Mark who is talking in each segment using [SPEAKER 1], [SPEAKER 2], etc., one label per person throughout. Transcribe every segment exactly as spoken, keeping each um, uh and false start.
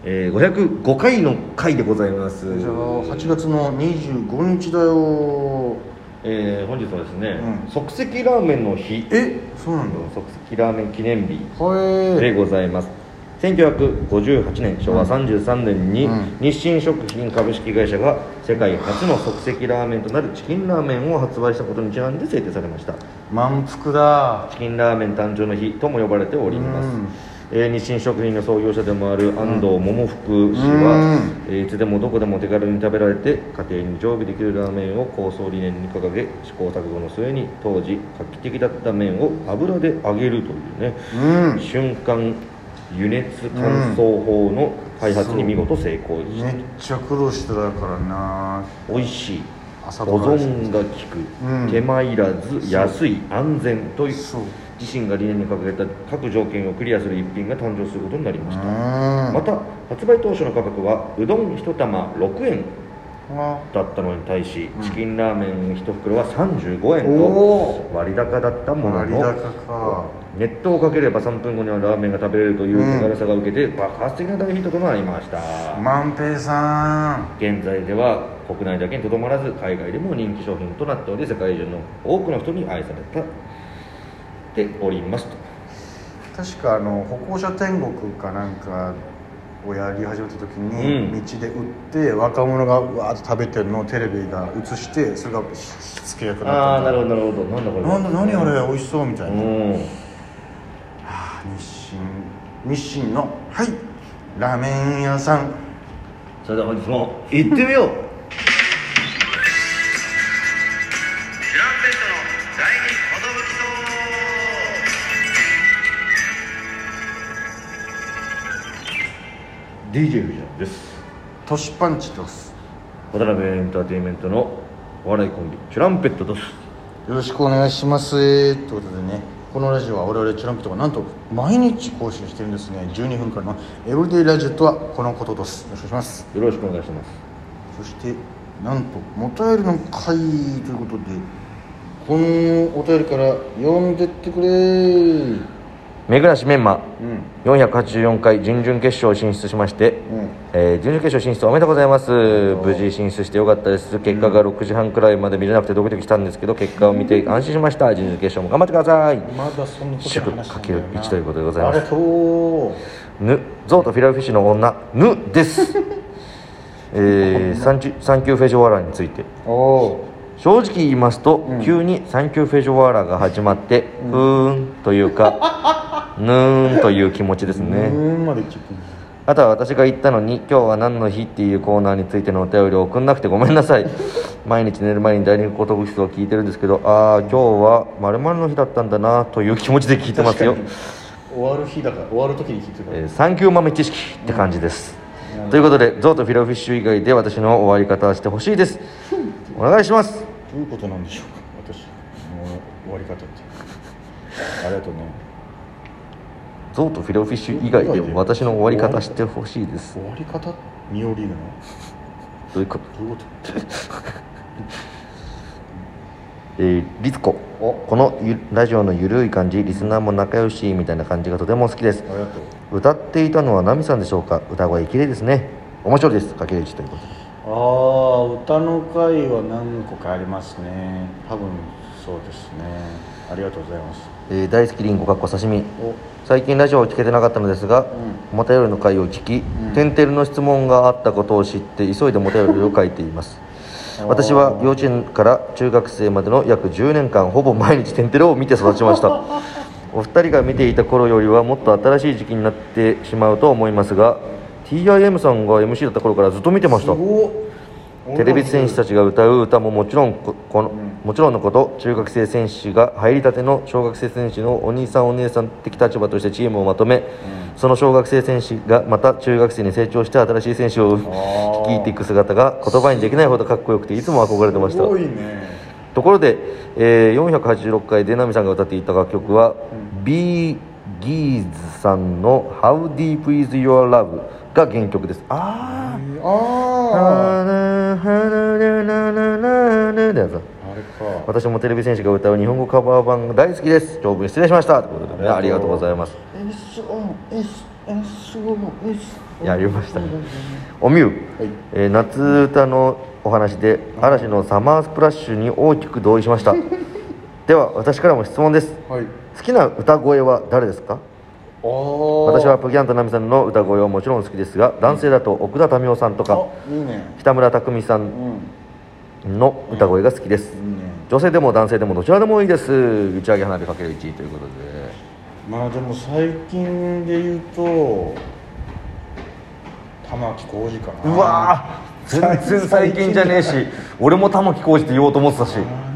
[SPEAKER 1] えー、ごひゃくごかいの回でございます。
[SPEAKER 2] じゃあはちがつのにじゅうごにちだよ。
[SPEAKER 1] えー、本日はですね、
[SPEAKER 2] うん、
[SPEAKER 1] 即席ラーメンの日。
[SPEAKER 2] え、そうなんだ。
[SPEAKER 1] 即席ラーメン記念日
[SPEAKER 2] はい
[SPEAKER 1] でございます。せんきゅうひゃくごじゅうはちねん、しょうわさんじゅうさんねんに、
[SPEAKER 2] うん、
[SPEAKER 1] 日清食品株式会社が世界初の即席ラーメンとなるチキンラーメンを発売したことにちなんで制定されました。
[SPEAKER 2] 満腹だ。
[SPEAKER 1] チキンラーメン誕生の日とも呼ばれております。
[SPEAKER 2] うん、
[SPEAKER 1] えー、日清食品の創業者でもある安藤桃福氏は、うん、えー、いつでもどこでも手軽に食べられて家庭に常備できるラーメンを構想理念に掲げ、試行錯誤の末に当時画期的だった麺を油で揚げるというね、うん、瞬間湯熱乾燥法の開発に見事成功した。
[SPEAKER 2] めっちゃ苦労してたからな。
[SPEAKER 1] 美味しい、保存が効く、うん、手間いらず、安い、安全という自身が理念に掲げた各条件をクリアする一品が誕生することになりました。また発売当初の価格はうどんいち玉ろくえんだったのに対し、チキンラーメンいち袋はさんじゅうごえんと割高だったものの、
[SPEAKER 2] 割高か、
[SPEAKER 1] 熱湯をかければさんぷんごにはラーメンが食べれるという手軽さが受けて爆発的な大ヒットとなりました。
[SPEAKER 2] 万平さん、
[SPEAKER 1] 現在では国内だけにとどまらず海外でも人気商品となっており、世界中の多くの人に愛されておりますと。
[SPEAKER 2] 確かあの歩行者天国かなんかをやり始めた時に、うん、道で売って若者がわーっと食べてるのをテレビが映して、それが火付け役だったんだ。
[SPEAKER 1] ああ、なるほどなるほど。なんだこれ、
[SPEAKER 2] なんだ何あれ美味しそうみたいな、うん、はあ、日清日清のはいラーメン屋さん。
[SPEAKER 1] それでは本日も行ってみよう。ディージェー 藤野です。
[SPEAKER 2] トシパンチです。
[SPEAKER 1] 渡辺エンターテインメントのお笑いコンビチュランペットです。
[SPEAKER 2] よろしくお願いします。ということでね、このラジオは我々チュランペットがなんと毎日更新してるんですね。じゅうにふんかんのエブリデイラジオとはこのことです。よろしくお願いします。
[SPEAKER 1] よろしくお願いします。
[SPEAKER 2] そしてなんとお便りの回ということで、このお便りから読んでってくれ。
[SPEAKER 1] 目暮らしメンマ、うん、よんひゃくはちじゅうよんかい準々決勝進出しまして、うん、えー、準々決勝進出おめでとうございます。無事進出してよかったです。結果がろくじはんくらいまで見れなくてドキドキしたんですけど、結果を見て安心しました。準々決勝も頑張ってください。
[SPEAKER 2] まだそんなこと
[SPEAKER 1] 祝かけるいちということでございます。
[SPEAKER 2] ありがとう。
[SPEAKER 1] ぬゾウとフィラフィッシュの女ぬですえー、サンキュサンキューフェジョワーラについて、お正直言いますと、うん、急にサンキューフェジョワーラが始まって、うん、ふーんというかぬーんという気持ちですね。あとは私が言ったのに今日は何の日っていうコーナーについてのお便りを送んなくてごめんなさい。毎日寝る前に第二言語室を聞いてるんですけど、ああ今日は〇〇の日だったんだなという気持ちで聞いてますよ。
[SPEAKER 2] 終わる日だから終わる時に聞いてる、えー、
[SPEAKER 1] サンキュー豆知識って感じです、うん、ということでゾウとフィラフィッシュ以外で私の終わり方をしてほしいです。お願いします。
[SPEAKER 2] どういうことなんでしょうか、私の終わり方って。ありがとうね。
[SPEAKER 1] ゾウとフィラフィッシュ以外で私の終わり方してほしいです。
[SPEAKER 2] 終わり方ミオリーヌの
[SPEAKER 1] どういうこと
[SPEAKER 2] どういうこと
[SPEAKER 1] えー、リツコ、このラジオのゆるい感じ、リスナーも仲良しみたいな感じがとても好きです。
[SPEAKER 2] ありがとう。
[SPEAKER 1] 歌っていたのはナミさんでしょうか。歌声綺麗ですね。面白いです。かけるいちということで。
[SPEAKER 2] ああ、歌の回は何個かありますね。多分そうですね。ありがとうございます。
[SPEAKER 1] えー、大好きリンゴかっこ刺身。最近ラジオを聞けてなかったのですが、うん、もたよりの回を聞き、うん、てんてるの質問があったことを知って急いでもたよりを書いています私は幼稚園から中学生までの約じゅうねんかんほぼ毎日てんてるを見て育ちましたお二人が見ていた頃よりはもっと新しい時期になってしまうと思いますが ティーアイエム さんが エムシー だった頃からずっと見てました。テレビ戦士たちが歌う歌ももちろんここの、うん、もちろんのこと中学生選手が入りたての小学生選手のお兄さんお姉さん的立場としてチームをまとめ、うん、その小学生選手がまた中学生に成長して新しい選手を率いていく姿が言葉にできないほどかっこよくていつも憧れてました。
[SPEAKER 2] すごいね。
[SPEAKER 1] ところで、えー、よんひゃくはちじゅうろっかいでナミさんが歌っていた楽曲は、うん、ビーギーズさんの How Deep Is Your Love が原曲です。あーあー私もテレビ戦士が歌う日本語カバー版が大好きです。長文失礼しましたということで、ね、ありがとうございます。 エスオンエス
[SPEAKER 2] えすごい
[SPEAKER 1] やりましたね。おみゆ、はい、えー、夏歌のお話で嵐のサマースプラッシュに大きく同意しましたでは私からも質問です、はい、好きな歌声は誰ですか？私はプギャンとナミさんの歌声はもちろん好きですが、男性だと奥田民生さんとか、いいね、北村匠海さんの歌声が好きです、うんいいね、女性でも男性でもどちらでもいいです。打ち上げ花火 かけるいち ということで、
[SPEAKER 2] まあでも最近で言うと玉置浩二かな。
[SPEAKER 1] うわ全然最近じゃねえし俺も玉置浩二って言おうと思ってたし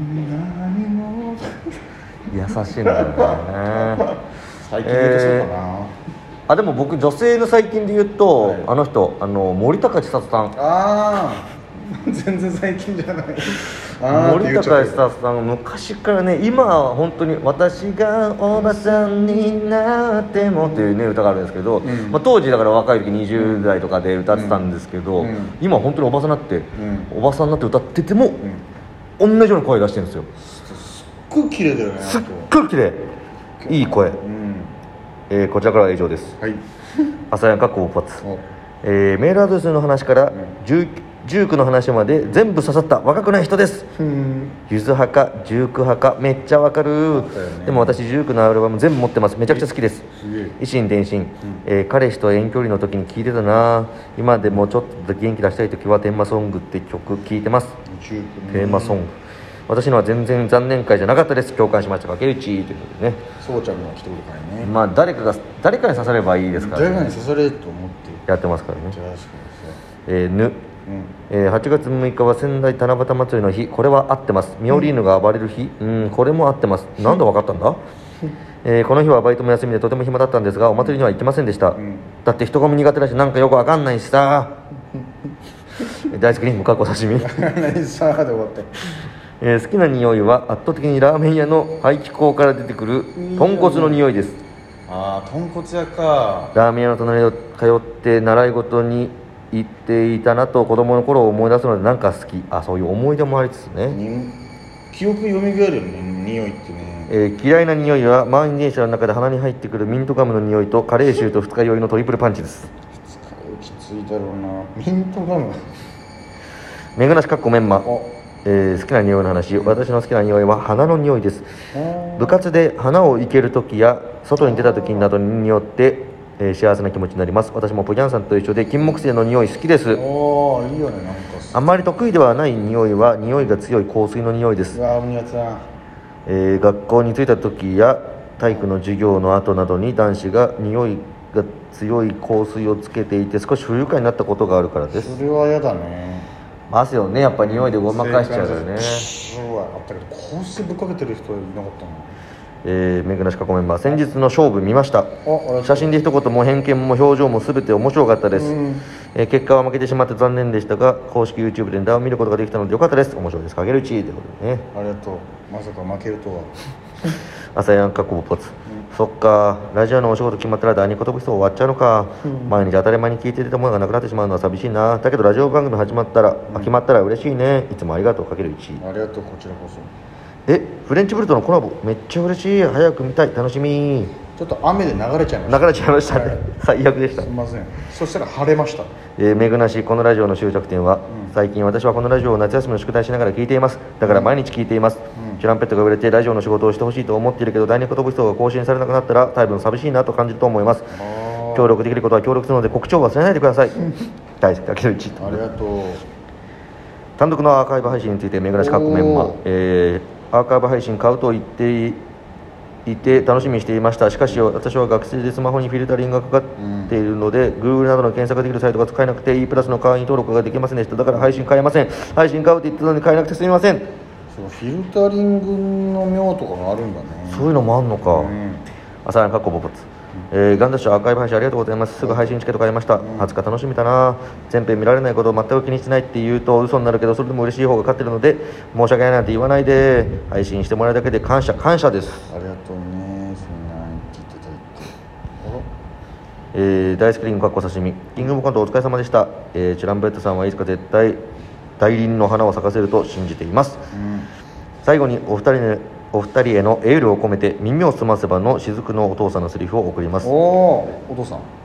[SPEAKER 1] 優しいなね
[SPEAKER 2] 最近で言うとそうかな、えー、
[SPEAKER 1] あでも僕女性の最近で言うと、はい、あの人あの森高千里さん。
[SPEAKER 2] ああ全然最近じゃない
[SPEAKER 1] 森高千里さん昔からね、今は本当に私がおばさんになってもっていうね歌があるんですけど、うんまあ、当時だから若い時にじゅう代とかで歌ってたんですけど、うんうん、今本当におばさんになって、うん、おばさんになって歌ってても、うん、同じような声出してるんですよ。
[SPEAKER 2] すっごい綺麗だよね。
[SPEAKER 1] すっごい綺麗いい声、うんえー、こちらからは以上です。はい朝やんかっこ勃発、えー、メールアドレスの話から、うんジュークの話まで全部刺さった若くない人です。ゆず派かジューク派かめっちゃわかる、ね、でも私ジュークのアルバム全部持ってます。めちゃくちゃ好きです。維新伝心、うんえー、彼氏と遠距離の時に聴いてたな。今でもちょっと元気出したい時はテーマソングって曲聴いてます。テーマソング私のは全然残念会じゃなかったです。共感しました。かけるちということでね。
[SPEAKER 2] そうちゃんの一言からね。
[SPEAKER 1] まあ誰かが誰かに刺さればいいですからね。
[SPEAKER 2] 誰かに刺されると思って
[SPEAKER 1] やってますからね。えー、ぬうんえー、はちがつむいかは仙台七夕祭りの日。これは合ってます。ミオリーヌが暴れる日、うん、これも合ってます。なんで分かったんだ、えー、この日はバイトも休みでとても暇だったんですがお祭りには行ってませんでした、うん、だって人混み苦手だしなんかよく分かんないしさ大好きに向かうお刺身
[SPEAKER 2] 何さーで終わった、
[SPEAKER 1] えー、好きな匂いは圧倒的にラーメン屋の排気口から出てくる豚骨の匂いです。
[SPEAKER 2] ああ豚骨屋か。
[SPEAKER 1] ラーメン屋の隣を通って習い事に行っていたなと子供の頃を思い出すのでなんか好き。あそういう思い出もありつつね。
[SPEAKER 2] 記憶よみがえるよね匂いってね、
[SPEAKER 1] えー、嫌いな匂いは満員電車の中で鼻に入ってくるミントガムの匂いとカレー臭と二日酔いのトリプルパンチです。
[SPEAKER 2] 二日酔いきついだろうな。ミントガム
[SPEAKER 1] メグナシかっこメンマ、えー、好きな匂いの話。私の好きな匂いは花の匂いです。部活で花を生ける時や外に出た時などによってえー、幸せな気持ちになります。私もプギャンさんと一緒で金木犀の匂い好きです。
[SPEAKER 2] おーいいよね。なんか
[SPEAKER 1] あまり得意ではない匂いは匂いが強い香水の匂いです。
[SPEAKER 2] うわーやつだ、
[SPEAKER 1] えー、学校に着いた時や体育の授業の後などに男子が匂いが強い香水をつけていて少し不愉快になったことがあるからです。
[SPEAKER 2] それは嫌だね。
[SPEAKER 1] ますよねやっぱ匂いでごまかしちゃうよね。
[SPEAKER 2] そうはあったけど香水ぶっかけてる人いなかったな。
[SPEAKER 1] えー、メグナシカコメンバー先日の勝負見ました。写真で一言も偏見も表情も全て面白かったです、うんえー、結果は負けてしまって残念でしたが公式 YouTube でネタを見ることができたのでよかったです。面白いです。かけるいちということでね。
[SPEAKER 2] ありがとう。まさか負けるとは
[SPEAKER 1] 朝やんかっこ勃発、うん、そっかラジオのお仕事決まったら第二言武装終わっちゃうのか、うん、毎日当たり前に聞いていたものがなくなってしまうのは寂しいな。だけどラジオ番組始まったら、うん、決まったら嬉しいね。いつもありがとう。かけるいち。
[SPEAKER 2] ありがとう。こちらこそ。
[SPEAKER 1] えフレンチブルとのコラボめっちゃ嬉しい。早く見たい。楽しみ。
[SPEAKER 2] ちょっと雨で流れちゃいました。
[SPEAKER 1] 流れちゃいましたね、はい、最悪でした。
[SPEAKER 2] すみません。そしたら晴れました。
[SPEAKER 1] えー、めぐなしこのラジオの終着点は、うん、最近私はこのラジオを夏休みの宿題しながら聞いています。だから毎日聞いています、うん、チュランペットが売れてラジオの仕事をしてほしいと思っているけど第二言武装が更新されなくなったら多分寂しいなと感じると思います。協力できることは協力するので告知を忘れないでください大好きだけどいち。
[SPEAKER 2] ありがとう。
[SPEAKER 1] 単独のアーカイブ配信についてめぐなしかっこメンマ、えーアーカイブ配信買うと言っていて楽しみにしていました。しかし私は学生でスマホにフィルタリングがかかっているので、うん、Google などの検索ができるサイトが使えなくて E プラスの会員登録ができませんでした。だから配信買えません。配信買うって言ってたのに買えなくてすみません。
[SPEAKER 2] そうフィルタリングの妙とかがあるんだね。
[SPEAKER 1] そういうのもあんのか、うん、朝やんかっこ勃発、えー、ガンダッシュアーカイブ配信ありがとうございます。すぐ配信チケット買いました、うん、はつか楽しみだな。全編見られないことを全く気にしてないって言うと嘘になるけどそれでも嬉しい方が勝ってるので申し訳ないなんて言わないで配信してもらうだけで感謝感謝です。
[SPEAKER 2] ありがとうね。そんな聞いていただいて。
[SPEAKER 1] えー、大好きリングかっこ刺身キングオブコントお疲れ様でした、えー、チュランペットさんはいつか絶対大輪の花を咲かせると信じています、うん、最後にお二人のお二人へのエールを込めて耳をすませばの雫のお父さんのセリフを送ります。
[SPEAKER 2] おお、お父さん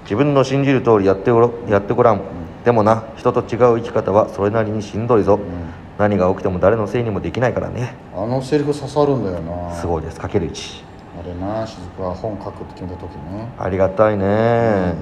[SPEAKER 1] 自分の信じる通りやってごろやってごらん、うん、でもな、人と違う生き方はそれなりにしんどいぞ、うん、何が起きても誰のせいにもできないからね。
[SPEAKER 2] あのセリフ刺さるんだよな。
[SPEAKER 1] すごいです。かけるいち。
[SPEAKER 2] あれな、しずくは本書くって決めた時ね。
[SPEAKER 1] ありがたいね、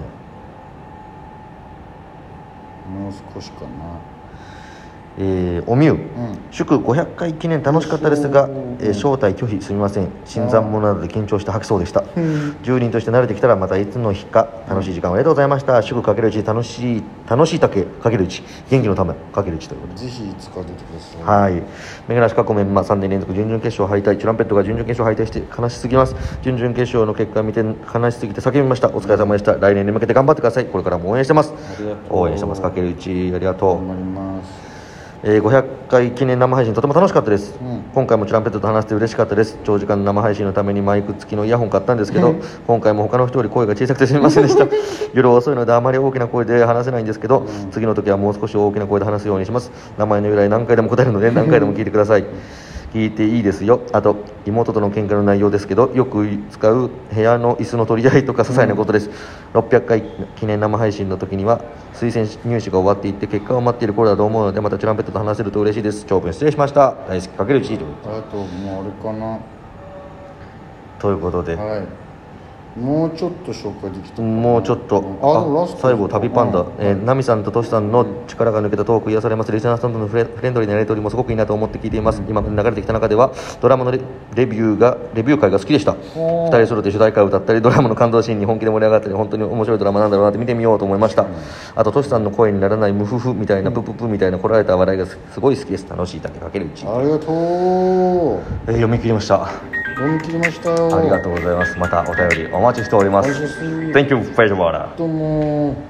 [SPEAKER 2] うん、もう少しかな。
[SPEAKER 1] えー、おみゆ、うん、祝ごひゃっかい記念楽しかったですが、えー、招待拒否すみません。新参者などで緊張して吐きそうでした。じゅうにんとして慣れてきたらまたいつの日か楽しい時間をありがとうございました。祝かけるいち楽しい楽しい竹かけるいち元気のためかけるいちということで、
[SPEAKER 2] ぜひいつか出てください。
[SPEAKER 1] はい。メガネシカコメンマさんねん連続準々決勝敗退。チュランペットが準々決勝敗退して悲しすぎます。準々決勝の結果を見て悲しすぎて叫びました。お疲れ様でした。来年に向けて頑張ってください。これからも応援してます。応援してます。かけるいちありがとう。
[SPEAKER 2] 頑張ります。
[SPEAKER 1] えー、ごひゃっかい記念生配信とても楽しかったです、うん、今回もチュランペットと話して嬉しかったです。長時間生配信のためにマイク付きのイヤホン買ったんですけど、うん、今回も他の人より声が小さくてすみませんでした夜遅いのであまり大きな声で話せないんですけど、うん、次の時はもう少し大きな声で話すようにします。名前の由来何回でも答えるので何回でも聞いてください聞いていいですよ。あと妹との喧嘩の内容ですけど、よく使う部屋の椅子の取り合いとか些細なことです、うん、ろっぴゃっかい記念生配信の時には推薦入試が終わっていって結果を待っている頃だと思うので、またチュランペットと話せると嬉しいです。長文失礼しました。大好きかけるち。
[SPEAKER 2] あともうあれかな
[SPEAKER 1] ということで、
[SPEAKER 2] はい、もうちょっと紹介できた
[SPEAKER 1] もうちょっとあ最後旅パンダ、うんえー、ナミさんとトシさんの力が抜けたトーク癒されます。リスナーさんとのフレフレンドリーなやり取りもすごくいいなと思って聞いています、うん、今流れてきた中ではドラマの レ, レビューがレビュー会が好きでした。ふたり揃って主題歌を歌ったりドラマの感動シーンに本気で盛り上がったり、本当に面白いドラマなんだろうなって見てみようと思いました、うん、あとトシさんの声にならないムフフみたいな、うん、プププみたいなこられた笑いがすごい好きです。楽しいだけかけるうち。
[SPEAKER 2] ありがとう、
[SPEAKER 1] えー、読み切りました。
[SPEAKER 2] 読み切りましたよ。
[SPEAKER 1] ありがとうございます。またお便りお待ちしております。 Thank you, Fredwater。
[SPEAKER 2] どうも。